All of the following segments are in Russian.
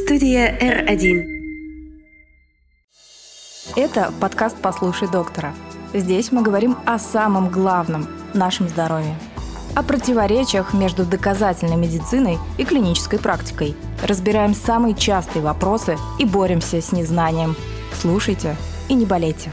Студия R1. Это подкаст «Послушай доктора». Здесь мы говорим о самом главном – нашем здоровье. О противоречиях между доказательной медициной и клинической практикой. Разбираем самые частые вопросы и боремся с незнанием. Слушайте и не болейте.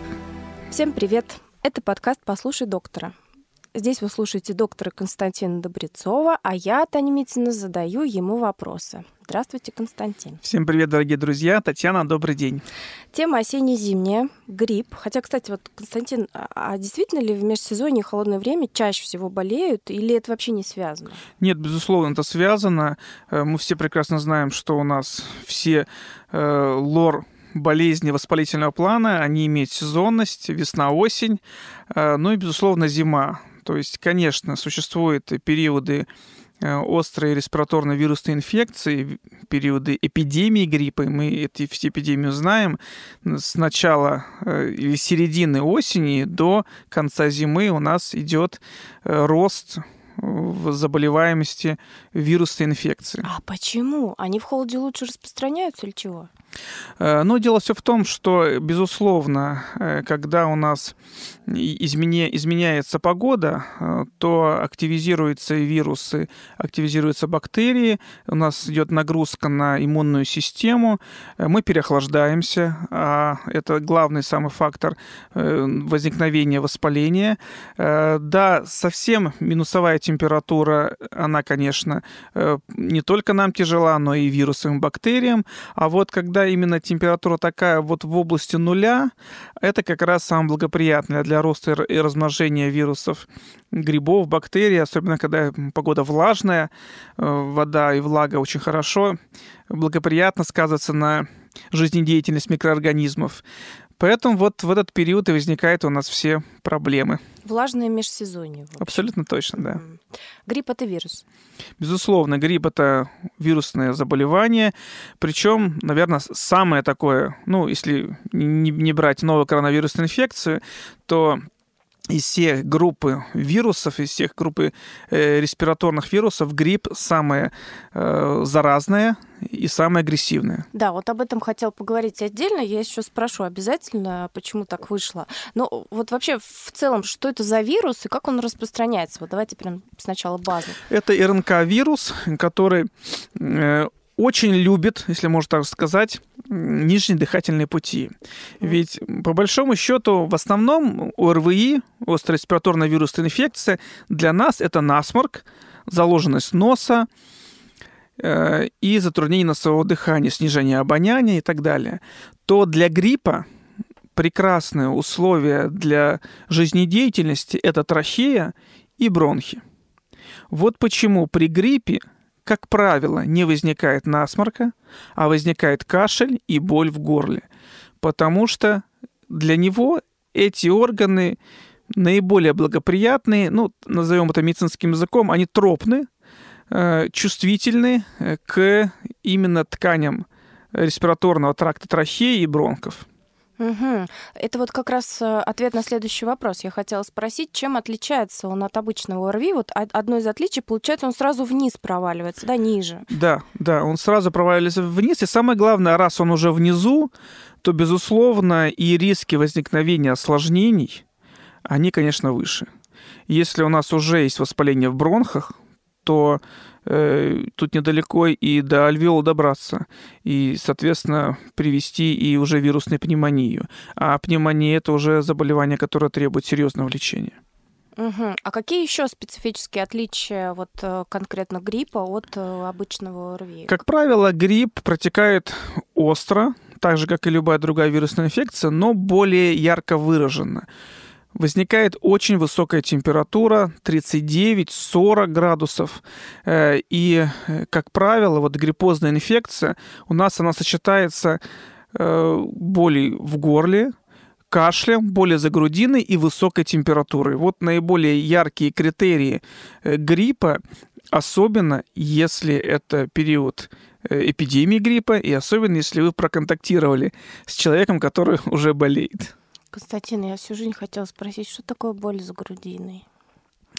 Всем привет! Это подкаст «Послушай доктора». Здесь вы слушаете доктора Константина Добрецова, а я, Таня Митина, задаю ему вопросы. Здравствуйте, Константин. Всем привет, дорогие друзья. Татьяна, добрый день. Тема осенне-зимняя, грипп. Хотя, кстати, вот, Константин, а действительно ли в межсезонье холодное время чаще всего болеют, или это вообще не связано? Нет, безусловно, это связано. Мы все прекрасно знаем, что у нас все лор болезни воспалительного плана, они имеют сезонность, весна-осень, ну и, безусловно, зима. То есть, конечно, существуют периоды острой респираторной вирусной инфекции, периоды эпидемии гриппа. Мы эти все эпидемии знаем. С начала или середины осени до конца зимы у нас идет рост в заболеваемости вирусной инфекции. А почему? Они в холоде лучше распространяются или чего? Но дело все в том, что, безусловно, когда у нас изменяется погода, то активизируются вирусы, активизируются бактерии, у нас идет нагрузка на иммунную систему, мы переохлаждаемся, а это главный самый фактор возникновения воспаления. Да, совсем минусовая температура, она, конечно, не только нам тяжела, но и вирусам, и бактериям, а вот когда именно температура такая вот в области нуля, это как раз самое благоприятное для роста и размножения вирусов, грибов, бактерий, особенно когда погода влажная, вода и влага очень хорошо, благоприятно сказывается на жизнедеятельность микроорганизмов. Поэтому вот в этот период и возникают у нас все проблемы. Влажное межсезонье. Абсолютно точно, да. Грипп – это вирус? Безусловно, грипп – это вирусное заболевание. Причем, наверное, самое такое, ну, если не брать новую коронавирусную инфекцию, то из всех группы вирусов, из всех группы респираторных вирусов грипп самое заразное и самое агрессивное. Да, вот об этом хотела поговорить отдельно. Я еще спрошу обязательно, почему так вышло. Но вот вообще в целом, что это за вирус и как он распространяется? Вот давайте прям сначала базу. Это РНК-вирус, который очень любит, если можно так сказать, нижние дыхательные пути. Ведь, по большому счету, в основном ОРВИ, острая респираторная вирусная инфекция, для нас это насморк, заложенность носа и затруднение носового дыхания, снижение обоняния и так далее. То для гриппа прекрасные условия для жизнедеятельности – это трахея и бронхи. Вот почему при гриппе, как правило, не возникает насморка, а возникает кашель и боль в горле. Потому что для него эти органы наиболее благоприятные, ну, назовем это медицинским языком, они тропны, чувствительны к именно тканям респираторного тракта трахеи и бронхов. Угу. Это вот как раз ответ на следующий вопрос. Я хотела спросить, чем отличается он от обычного ОРВИ? Вот одно из отличий, получается, он сразу вниз проваливается, да, ниже? Да, он сразу проваливается вниз. И самое главное, раз он уже внизу, то, безусловно, и риски возникновения осложнений, они, конечно, выше. Если у нас уже есть воспаление в бронхах, то тут недалеко и до альвеола добраться, и, соответственно, привести и уже вирусную пневмонию. А пневмония – это уже заболевание, которое требует серьезного лечения. Угу. А какие еще специфические отличия вот конкретно гриппа от обычного ОРВИ? Как правило, грипп протекает остро, так же, как и любая другая вирусная инфекция, но более ярко выраженно. Возникает очень высокая температура, 39-40 градусов. И, как правило, вот гриппозная инфекция, у нас она сочетается болью в горле, кашлем, болью за грудиной и высокой температурой. Вот наиболее яркие критерии гриппа, особенно если это период эпидемии гриппа, и особенно если вы проконтактировали с человеком, который уже болеет. Константин, я всю жизнь хотела спросить, что такое боль за грудиной?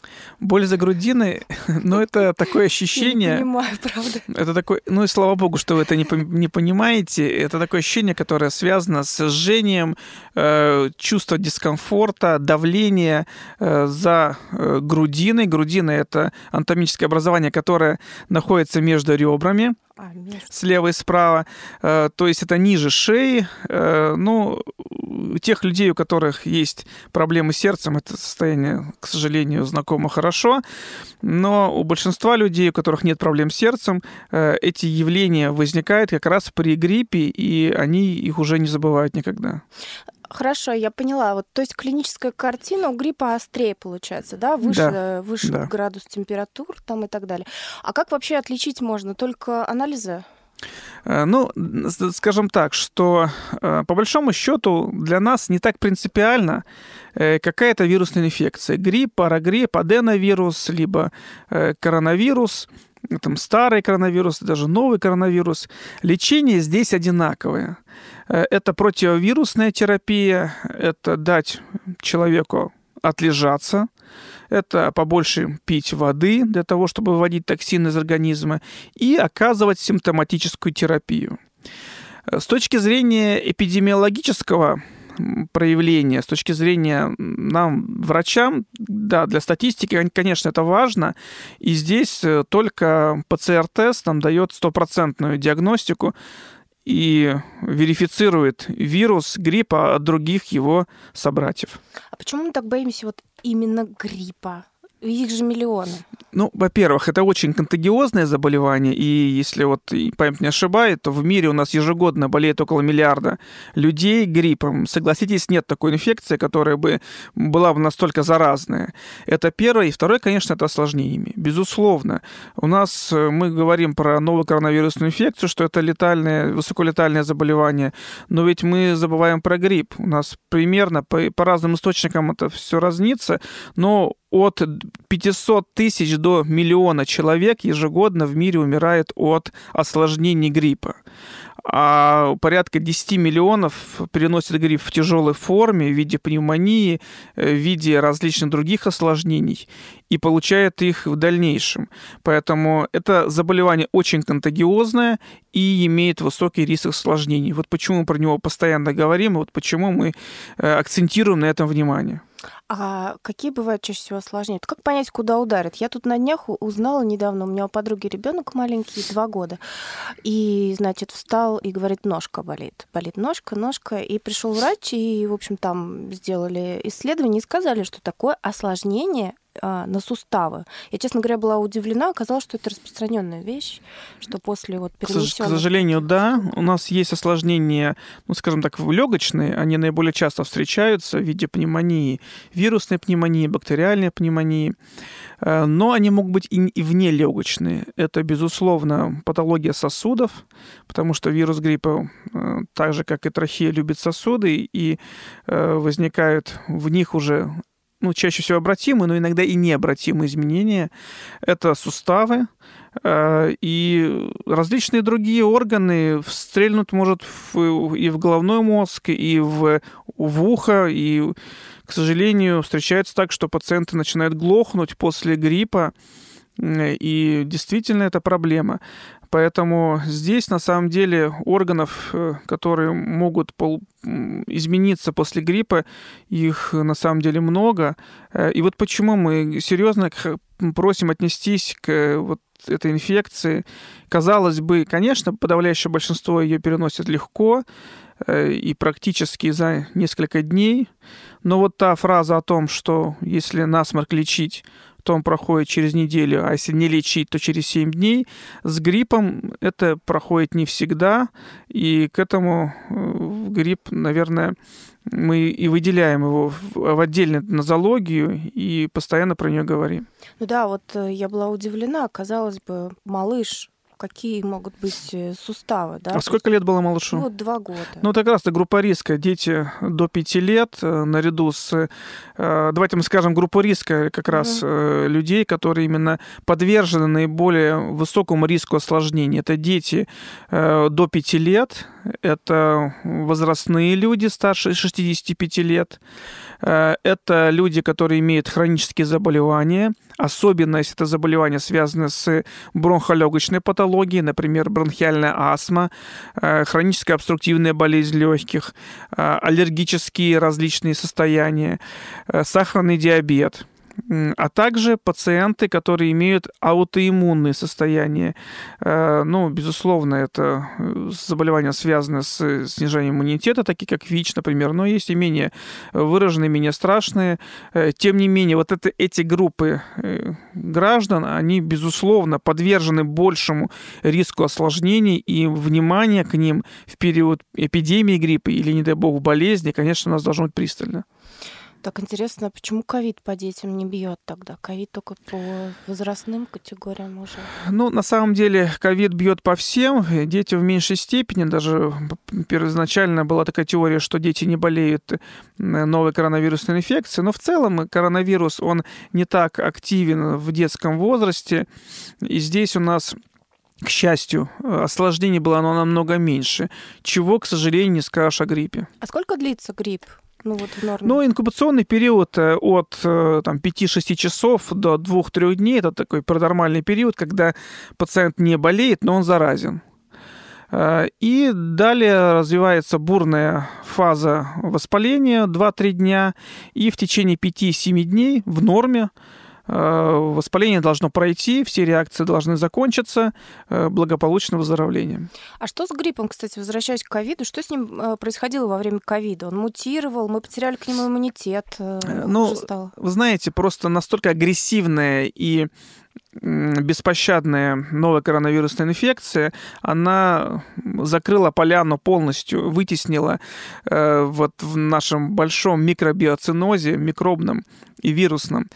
Боль за грудиной, но это такое ощущение... Я не понимаю, правда. Это такое... Ну и слава богу, что вы это не понимаете. Это такое ощущение, которое связано с жжением, чувство дискомфорта, давление за грудиной. Грудина — это анатомическое образование, которое находится между ребрами. Слева и справа. То есть это ниже шеи. Ну, у тех людей, у которых есть проблемы с сердцем, это состояние, к сожалению, знакомо хорошо. Но у большинства людей, у которых нет проблем с сердцем, эти явления возникают как раз при гриппе, и они их уже не забывают никогда. Хорошо, я поняла. Вот, то есть клиническая картина у гриппа острее получается, да? Выше градус температур там и так далее. А как вообще отличить можно? Только анализы? Ну, скажем так, что по большому счету для нас не так принципиально какая-то вирусная инфекция. Грипп, парагрипп, аденовирус, либо коронавирус, там старый коронавирус, даже новый коронавирус. Лечение здесь одинаковое. Это противовирусная терапия, это дать человеку отлежаться, это побольше пить воды для того, чтобы выводить токсины из организма, и оказывать симптоматическую терапию. С точки зрения эпидемиологического проявления, с точки зрения нам, врачам, да, для статистики, конечно, это важно, и здесь только ПЦР-тест нам дает стопроцентную диагностику и верифицирует вирус гриппа от других его собратьев. А почему мы так боимся вот именно гриппа? Их же миллионы. Ну, во-первых, это очень контагиозное заболевание, и если вот память не ошибает, то в мире у нас ежегодно болеет около 1 миллиарда людей гриппом. Согласитесь, нет такой инфекции, которая бы была бы настолько заразная. Это первое. И второе, конечно, это осложнениями. Безусловно. У нас, мы говорим про новую коронавирусную инфекцию, что это летальное, высоколетальное заболевание, но ведь мы забываем про грипп. У нас примерно по разным источникам это все разнится, но от 500 тысяч до миллиона человек ежегодно в мире умирает от осложнений гриппа. А порядка 10 миллионов переносят грипп в тяжелой форме, в виде пневмонии, в виде различных других осложнений и получают их в дальнейшем. Поэтому это заболевание очень контагиозное и имеет высокий риск осложнений. Вот почему мы про него постоянно говорим, и вот почему мы акцентируем на этом внимание. А какие бывают чаще всего осложнения? Как понять, куда ударит? Я тут на днях узнала недавно, у меня у подруги ребенок маленький, 2 года, и, значит, встал и говорит, ножка болит. Болит ножка, и пришел врач, и, в общем, там сделали исследование и сказали, что такое осложнение на суставы. Я, честно говоря, была удивлена, оказалось, что это распространенная вещь, что после вот перенесённых... К сожалению, да. У нас есть осложнения, ну, скажем так, легочные, они наиболее часто встречаются в виде пневмонии, вирусной пневмонии, бактериальной пневмонии, но они могут быть и внелегочные. Это, безусловно, патология сосудов, потому что вирус гриппа, так же, как и трахея, любит сосуды, и возникают в них уже чаще всего обратимые, но иногда и необратимые изменения. Это суставы и различные другие органы. Стрельнуть может и в головной мозг, и в ухо. И, к сожалению, встречается так, что пациенты начинают глохнуть после гриппа. И действительно это проблема. Поэтому здесь, на самом деле, органов, которые могут измениться после гриппа, их на самом деле много. И вот почему мы серьезно просим отнестись к вот этой инфекции. Казалось бы, конечно, подавляющее большинство ее переносит легко и практически за несколько дней. Но вот та фраза о том, что если насморк лечить, то он проходит через неделю, а если не лечить, то через 7 дней. С гриппом это проходит не всегда, и к этому грипп, наверное, мы и выделяем его в отдельную нозологию и постоянно про нее говорим. Ну да, вот я была удивлена, казалось бы, малыш какие могут быть суставы, да? А сколько лет было малышу? Вот 2 года. Ну, это как раз-то группа риска. Дети до 5 лет наряду с... Давайте мы скажем, группу риска как раз людей, которые именно подвержены наиболее высокому риску осложнений. Это дети до 5 лет, это возрастные люди старше 65 лет, это люди, которые имеют хронические заболевания, особенно если это заболевания связаны с бронхолегочной патологией, например, бронхиальная астма, хроническая обструктивная болезнь легких, аллергические различные состояния, сахарный диабет, а также пациенты, которые имеют аутоиммунные состояния. Ну, безусловно, это заболевания, связанные с снижением иммунитета, такие как ВИЧ, например, но есть и менее выраженные, менее страшные. Тем не менее, вот эти группы граждан, они, безусловно, подвержены большему риску осложнений, и внимание к ним в период эпидемии гриппа или, не дай бог, болезни, конечно, у нас должно быть пристально. Так интересно, почему ковид по детям не бьет тогда? Ковид только по возрастным категориям уже? Ну, на самом деле, ковид бьет по всем. Дети в меньшей степени. Даже первоначально была такая теория, что дети не болеют новой коронавирусной инфекцией. Но в целом коронавирус, он не так активен в детском возрасте. И здесь у нас, к счастью, осложнений было намного меньше. Чего, к сожалению, не скажешь о гриппе. А сколько длится грипп? Ну, вот в норме. Ну, инкубационный период от 5-6 часов до 2-3 дней. Это такой паранормальный период, когда пациент не болеет, но он заразен. И далее развивается бурная фаза воспаления 2-3 дня. И в течение 5-7 дней в норме воспаление должно пройти, все реакции должны закончиться благополучным выздоровлением. А что с гриппом, кстати, возвращаясь к ковиду, что с ним происходило во время ковида? Он мутировал, мы потеряли к нему иммунитет, хуже стало? Вы знаете, просто настолько агрессивная и беспощадная новая коронавирусная инфекция, она закрыла поляну полностью, вытеснила вот в нашем большом микробиоцинозе, микробном и вирусном.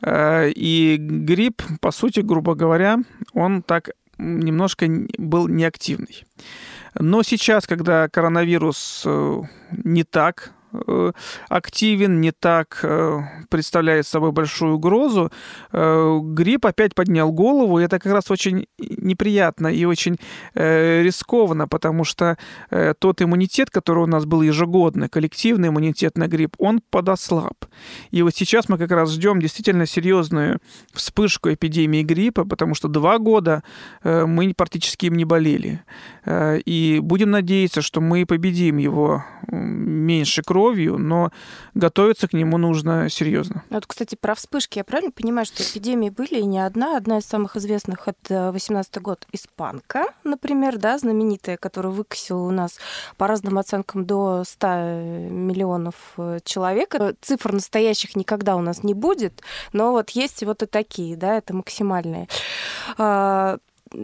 И грипп, по сути, грубо говоря, он так немножко был неактивный. Но сейчас, когда коронавирус не так активен, не так представляет собой большую угрозу, грипп опять поднял голову, и это как раз очень неприятно и очень рискованно, потому что тот иммунитет, который у нас был ежегодно, коллективный иммунитет на грипп, он подослаб. И вот сейчас мы как раз ждем действительно серьезную вспышку эпидемии гриппа, потому что 2 года мы практически им не болели. И будем надеяться, что мы победим его меньше кровью, но готовиться к нему нужно серьезно. Вот, кстати, про вспышки. Я правильно понимаю, что эпидемии были и не одна? Одна из самых известных — это 18-й год, испанка, например, да, знаменитая, которая выкосила у нас, по разным оценкам, до 100 миллионов человек. Цифр настоящих никогда у нас не будет, но вот есть вот и такие, да, это максимальные. Как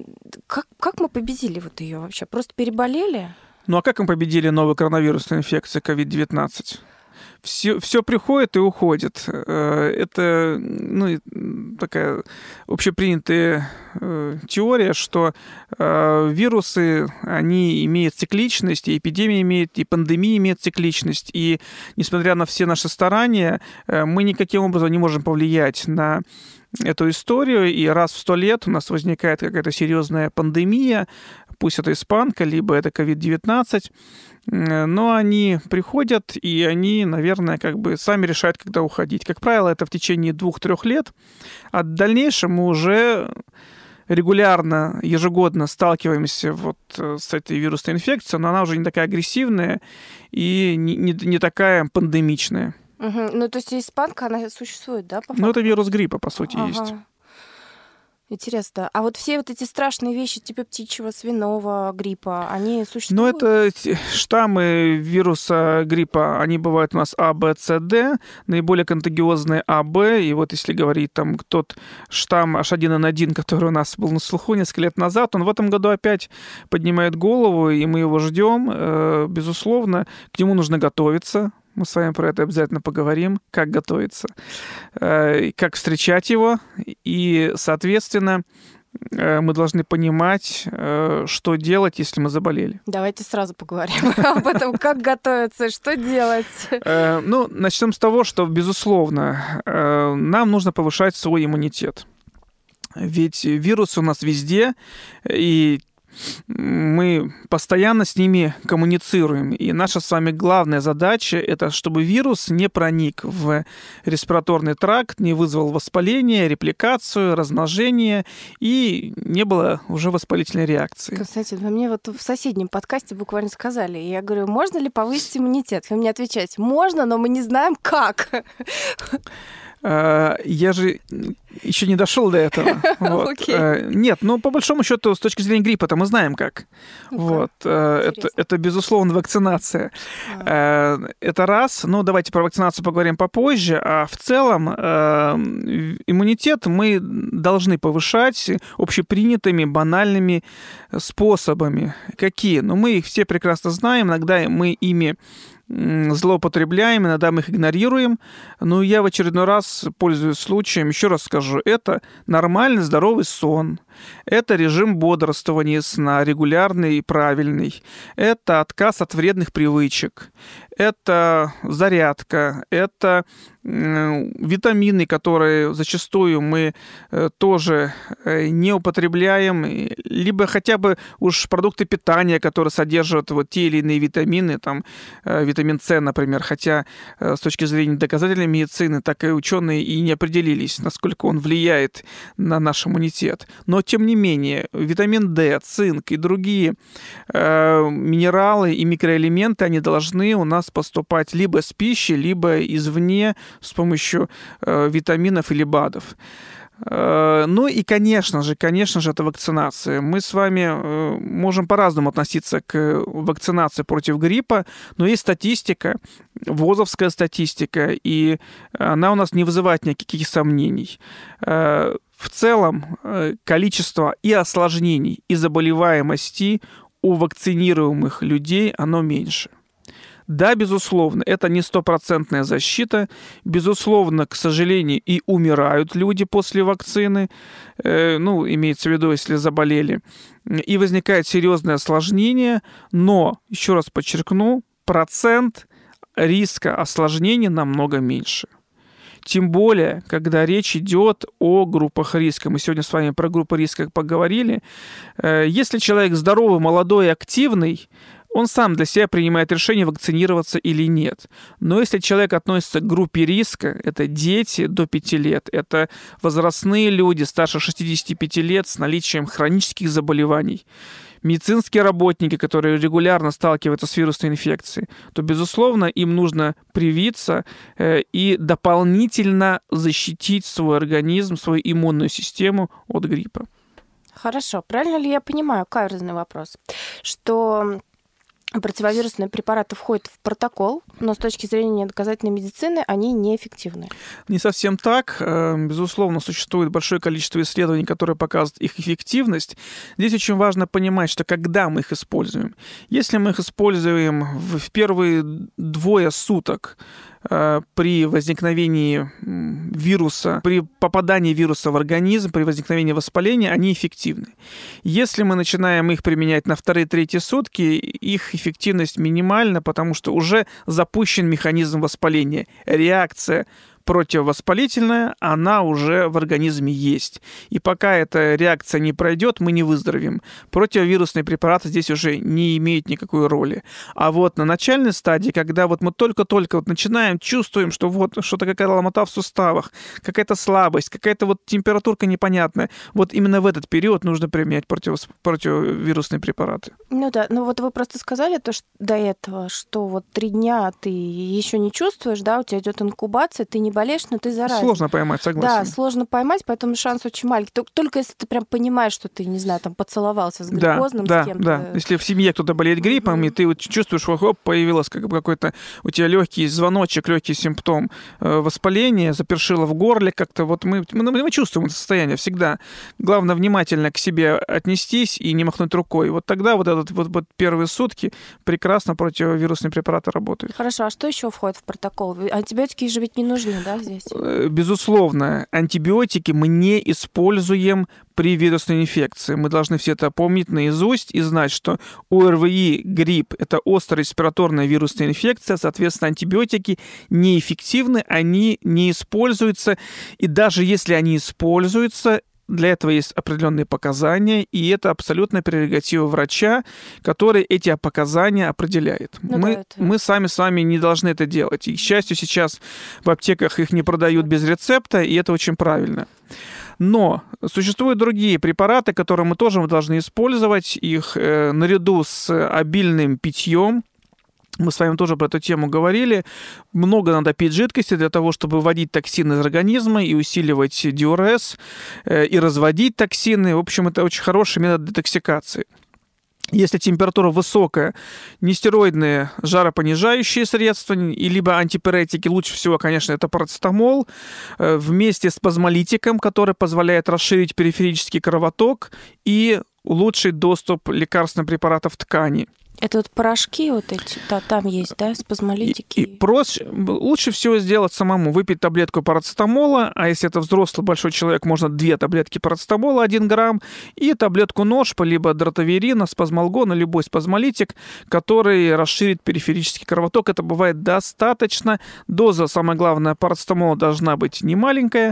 мы победили вот ее вообще? Просто переболели? Ну а как мы победили новую коронавирусную инфекцию COVID-19? Все приходит и уходит. Это такая общепринятая теория, что вирусы, они имеют цикличность, и эпидемия имеет, и пандемия имеет цикличность. И несмотря на все наши старания, мы никаким образом не можем повлиять на эту историю, и раз в 100 лет у нас возникает какая-то серьезная пандемия, пусть это испанка, либо это COVID-19, но они приходят, и они, наверное, как бы сами решают, когда уходить. Как правило, это в течение 2-3 лет, а в дальнейшем мы уже регулярно, ежегодно сталкиваемся вот с этой вирусной инфекцией, но она уже не такая агрессивная и не такая пандемичная. Угу. Ну, то есть испанка, она существует, да, по факту? Ну, это вирус гриппа, по сути, есть. Интересно. А вот все вот эти страшные вещи, типа птичьего, свиного гриппа, они существуют? Ну, это штаммы вируса гриппа, они бывают у нас А, Б, С, Д, наиболее контагиозные А, Б, и вот если говорить там тот штамм H1N1, который у нас был на слуху несколько лет назад, он в этом году опять поднимает голову, и мы его ждем, безусловно, к нему нужно готовиться. Мы с вами про это обязательно поговорим, как готовиться, как встречать его. И, соответственно, мы должны понимать, что делать, если мы заболели. Давайте сразу поговорим об этом, как готовиться, что делать. Начнем с того, что, безусловно, нам нужно повышать свой иммунитет. Ведь вирусы у нас везде, и мы постоянно с ними коммуницируем. И наша с вами главная задача – это чтобы вирус не проник в респираторный тракт, не вызвал воспаление, репликацию, размножение и не было уже воспалительной реакции. Константин, вы мне вот в соседнем подкасте буквально сказали, я говорю, можно ли повысить иммунитет? Вы мне отвечаете, можно, но мы не знаем, как. Я же еще не дошел до этого. Нет, по большому счету, с точки зрения гриппа-то мы знаем как. Это, безусловно, вакцинация. Это раз. Давайте про вакцинацию поговорим попозже. А в целом иммунитет мы должны повышать общепринятыми банальными способами. Какие? Мы их все прекрасно знаем. Иногда мы ими злоупотребляем, иногда мы их игнорируем. Но я в очередной раз, пользуясь случаем, еще раз скажу, это нормальный здоровый сон, это режим бодрствования сна, регулярный и правильный, это отказ от вредных привычек, это зарядка, это витамины, которые зачастую мы тоже не употребляем, либо хотя бы уж продукты питания, которые содержат те или иные витамины, там витамин С, например, хотя с точки зрения доказательной медицины так и ученые и не определились, насколько он влияет на наш иммунитет. Но тем не менее, витамин D, цинк и другие минералы и микроэлементы, они должны у нас поступать либо с пищи, либо извне с помощью витаминов или БАДов. И, конечно же, это вакцинация. Мы с вами можем по-разному относиться к вакцинации против гриппа, но есть статистика, ВОЗовская статистика, и она у нас не вызывает никаких сомнений. В целом, количество и осложнений, и заболеваемости у вакцинируемых людей, оно меньше. Да, безусловно, это не стопроцентная защита. Безусловно, к сожалению, и умирают люди после вакцины. Имеется в виду, если заболели. И возникает серьезное осложнение. Но, еще раз подчеркну, процент риска осложнений намного меньше. Тем более, когда речь идет о группах риска. Мы сегодня с вами про группы риска поговорили. Если человек здоровый, молодой, активный, он сам для себя принимает решение, вакцинироваться или нет. Но если человек относится к группе риска, это дети до 5 лет, это возрастные люди старше 65 лет с наличием хронических заболеваний, медицинские работники, которые регулярно сталкиваются с вирусной инфекцией, то, безусловно, им нужно привиться и дополнительно защитить свой организм, свою иммунную систему от гриппа. Хорошо. Правильно ли я понимаю, каверзный вопрос, что противовирусные препараты входят в протокол, но с точки зрения доказательной медицины они неэффективны? Не совсем так. Безусловно, существует большое количество исследований, которые показывают их эффективность. Здесь очень важно понимать, что когда мы их используем. Если мы их используем в первые 2 суток при возникновении вируса, при попадании вируса в организм, при возникновении воспаления, они эффективны. Если мы начинаем их применять на 2-3 сутки, их эффективность минимальна, потому что уже запущен механизм воспаления. Реакция противовоспалительная, она уже в организме есть. И пока эта реакция не пройдет, мы не выздоровеем. Противовирусные препараты здесь уже не имеют никакой роли. А вот на начальной стадии, когда мы только-только начинаем, чувствуем, что что-то какая-то ломота в суставах, какая-то слабость, какая-то температурка непонятная, именно в этот период нужно применять противовирусные препараты. Вы просто сказали до этого, что 3 дня ты еще не чувствуешь, да, у тебя идет инкубация, ты не болеешь, но ты заразен. Сложно поймать, согласен. Да, сложно поймать, поэтому шанс очень маленький. Только если ты прям понимаешь, что ты, не знаю, поцеловался с глюкозным, с кем-то. Да. Если в семье кто-то болеет гриппом, и ты чувствуешь, появилось какой-то у тебя легкий звоночек, легкий симптом воспаления, запершило в горле, как-то мы чувствуем это состояние всегда. Главное внимательно к себе отнестись и не махнуть рукой. Тогда этот первые сутки прекрасно противовирусные препараты работают. Хорошо, а что еще входит в протокол? Антибиотики же ведь не нужны, да, здесь? Безусловно, антибиотики мы не используем при вирусной инфекции. Мы должны все это помнить наизусть и знать, что ОРВИ, грипп – это острая респираторная вирусная инфекция, соответственно, антибиотики неэффективны, они не используются, и даже если они используются, для этого есть определенные показания, и это абсолютная прерогатива врача, который эти показания определяет. Мы сами с вами не должны это делать. И, к счастью, сейчас в аптеках их не продают без рецепта, и это очень правильно. Но существуют другие препараты, которые мы тоже должны использовать. Их наряду с обильным питьем. Мы с вами тоже про эту тему говорили. Много надо пить жидкости для того, чтобы выводить токсины из организма и усиливать диурез, и разводить токсины. В общем, это очень хороший метод детоксикации. Если температура высокая, нестероидные жаропонижающие средства, и либо антипиретики, лучше всего, конечно, это парацетамол, вместе с спазмолитиком, который позволяет расширить периферический кровоток и улучшить доступ лекарственных препаратов в ткани. Это вот порошки вот эти, да, там есть, да, спазмолитики? И лучше всего сделать самому. Выпить таблетку парацетамола, а если это взрослый большой человек, можно 2 таблетки парацетамола, 1 грамм, и таблетку ношпа, либо дротаверина, спазмолгона, любой спазмолитик, который расширит периферический кровоток. Это бывает достаточно. Доза, самое главное, парацетамола должна быть не маленькая,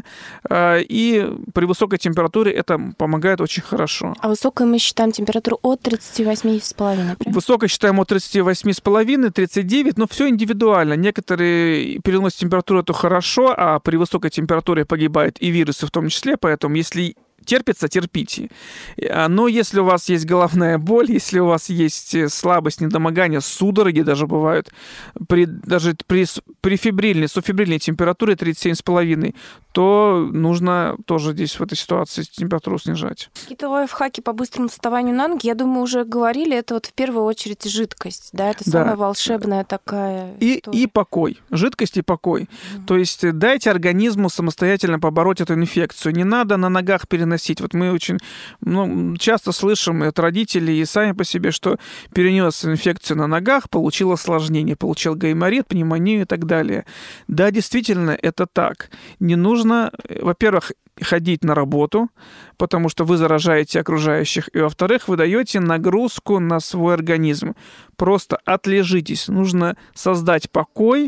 и при высокой температуре это помогает очень хорошо. А высокой мы считаем температуру от 38,5, правильно? Высокой считаем от 38,5, 39, но все индивидуально. Некоторые переносят температуру, это хорошо, а при высокой температуре погибают и вирусы в том числе, поэтому если терпится, терпите. Но если у вас есть головная боль, если у вас есть слабость, недомогание, судороги даже бывают, даже при субфебрильной температуре 37,5, то нужно тоже здесь в этой ситуации температуру снижать. Какие-то лайфхаки по быстрому вставанию на ноги, я думаю, уже говорили, это вот в первую очередь жидкость, да, это самая волшебная такая история. И покой, жидкость и покой. То есть дайте организму самостоятельно побороть эту инфекцию, не надо на ногах переносить. Вот мы очень часто слышим от родителей и сами по себе, что перенес инфекцию на ногах, получил осложнение, получил гайморит, пневмонию и так далее. Да, действительно, это так. Не нужно, во-первых, ходить на работу, потому что вы заражаете окружающих, и, во-вторых, вы даете нагрузку на свой организм. Просто отлежитесь. Нужно создать покой,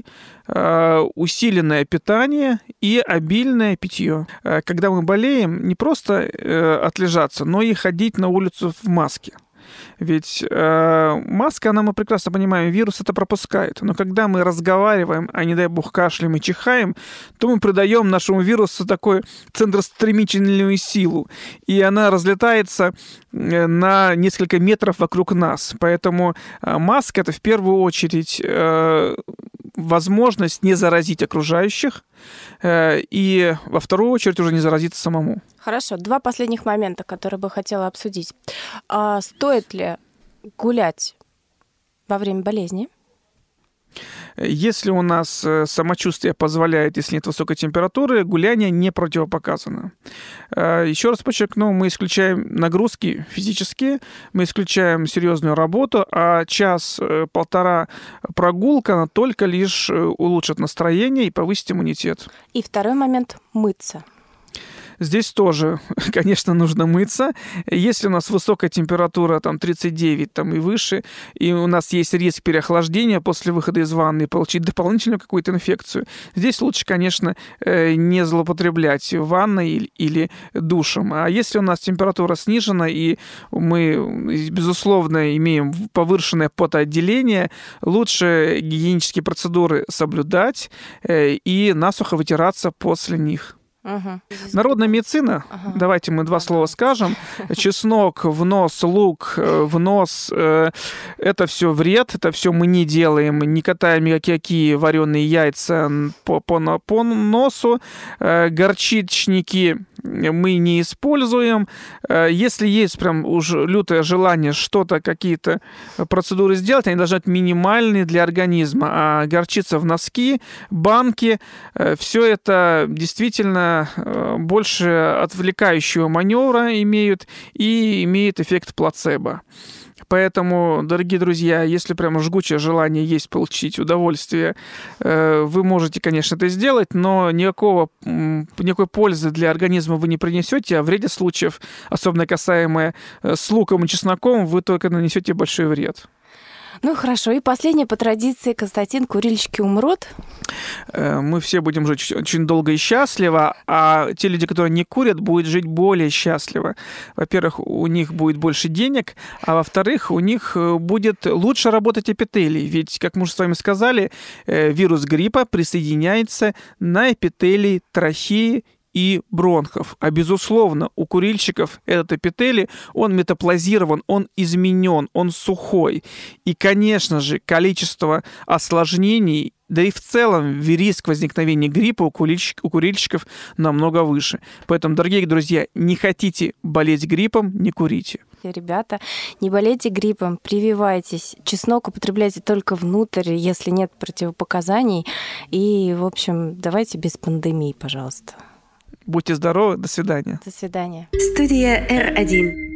усиленное питание и обильное питье. Когда мы болеем, не просто отлежаться, но и ходить на улицу в маске. Ведь маска, мы прекрасно понимаем, вирус это пропускает. Но когда мы разговариваем, а не дай бог кашляем и чихаем, то мы придаем нашему вирусу такую центростремительную силу. И она разлетается на несколько метров вокруг нас. Поэтому маска это в первую очередь возможность не заразить окружающих, и во вторую очередь уже не заразиться самому. Хорошо. 2 последних момента, которые бы хотела обсудить. Стоит ли гулять во время болезни? Если у нас самочувствие позволяет, если нет высокой температуры, гуляние не противопоказано. Еще раз подчеркну, мы исключаем нагрузки физические, мы исключаем серьезную работу, а 1-1,5 прогулка, она только лишь улучшит настроение и повысит иммунитет. И второй момент – мыться. Здесь тоже, конечно, нужно мыться. Если у нас высокая температура, там 39 там, и выше, и у нас есть риск переохлаждения после выхода из ванны, получить дополнительную какую-то инфекцию, здесь лучше, конечно, не злоупотреблять ванной или душем. А если у нас температура снижена, и мы, безусловно, имеем повышенное потоотделение, лучше гигиенические процедуры соблюдать и насухо вытираться после них. Народная медицина, давайте мы 2 слова скажем. Чеснок в нос, лук в нос, это все вред, это все мы не делаем, не катаем никакие вареные яйца по носу, горчичники мы не используем. Если есть прям уже лютое желание что-то, какие-то процедуры сделать, они должны быть минимальные для организма. А горчица в носки, банки, все это действительно больше отвлекающего маневра имеют и имеет эффект плацебо. Поэтому, дорогие друзья, если прямо жгучее желание есть получить удовольствие, вы можете, конечно, это сделать, но никакой пользы для организма вы не принесете, а в ряде случаев, особенно касаемое с луком и чесноком, вы только нанесете большой вред. Ну хорошо, и последнее по традиции, Константин, курильщики умрут? Мы все будем жить очень долго и счастливо, а те люди, которые не курят, будут жить более счастливо. Во-первых, у них будет больше денег, а во-вторых, у них будет лучше работать эпителий. Ведь, как мы уже с вами сказали, вирус гриппа присоединяется на эпителий трахеи и бронхов. А, безусловно, у курильщиков этот эпителий, он метаплазирован, он изменен, он сухой. И, конечно же, количество осложнений, да и в целом риск возникновения гриппа у курильщиков намного выше. Поэтому, дорогие друзья, не хотите болеть гриппом, не курите. Ребята, не болейте гриппом, прививайтесь. Чеснок употребляйте только внутрь, если нет противопоказаний. И, в общем, давайте без пандемии, пожалуйста. Будьте здоровы, до свидания. До свидания. Студия R1.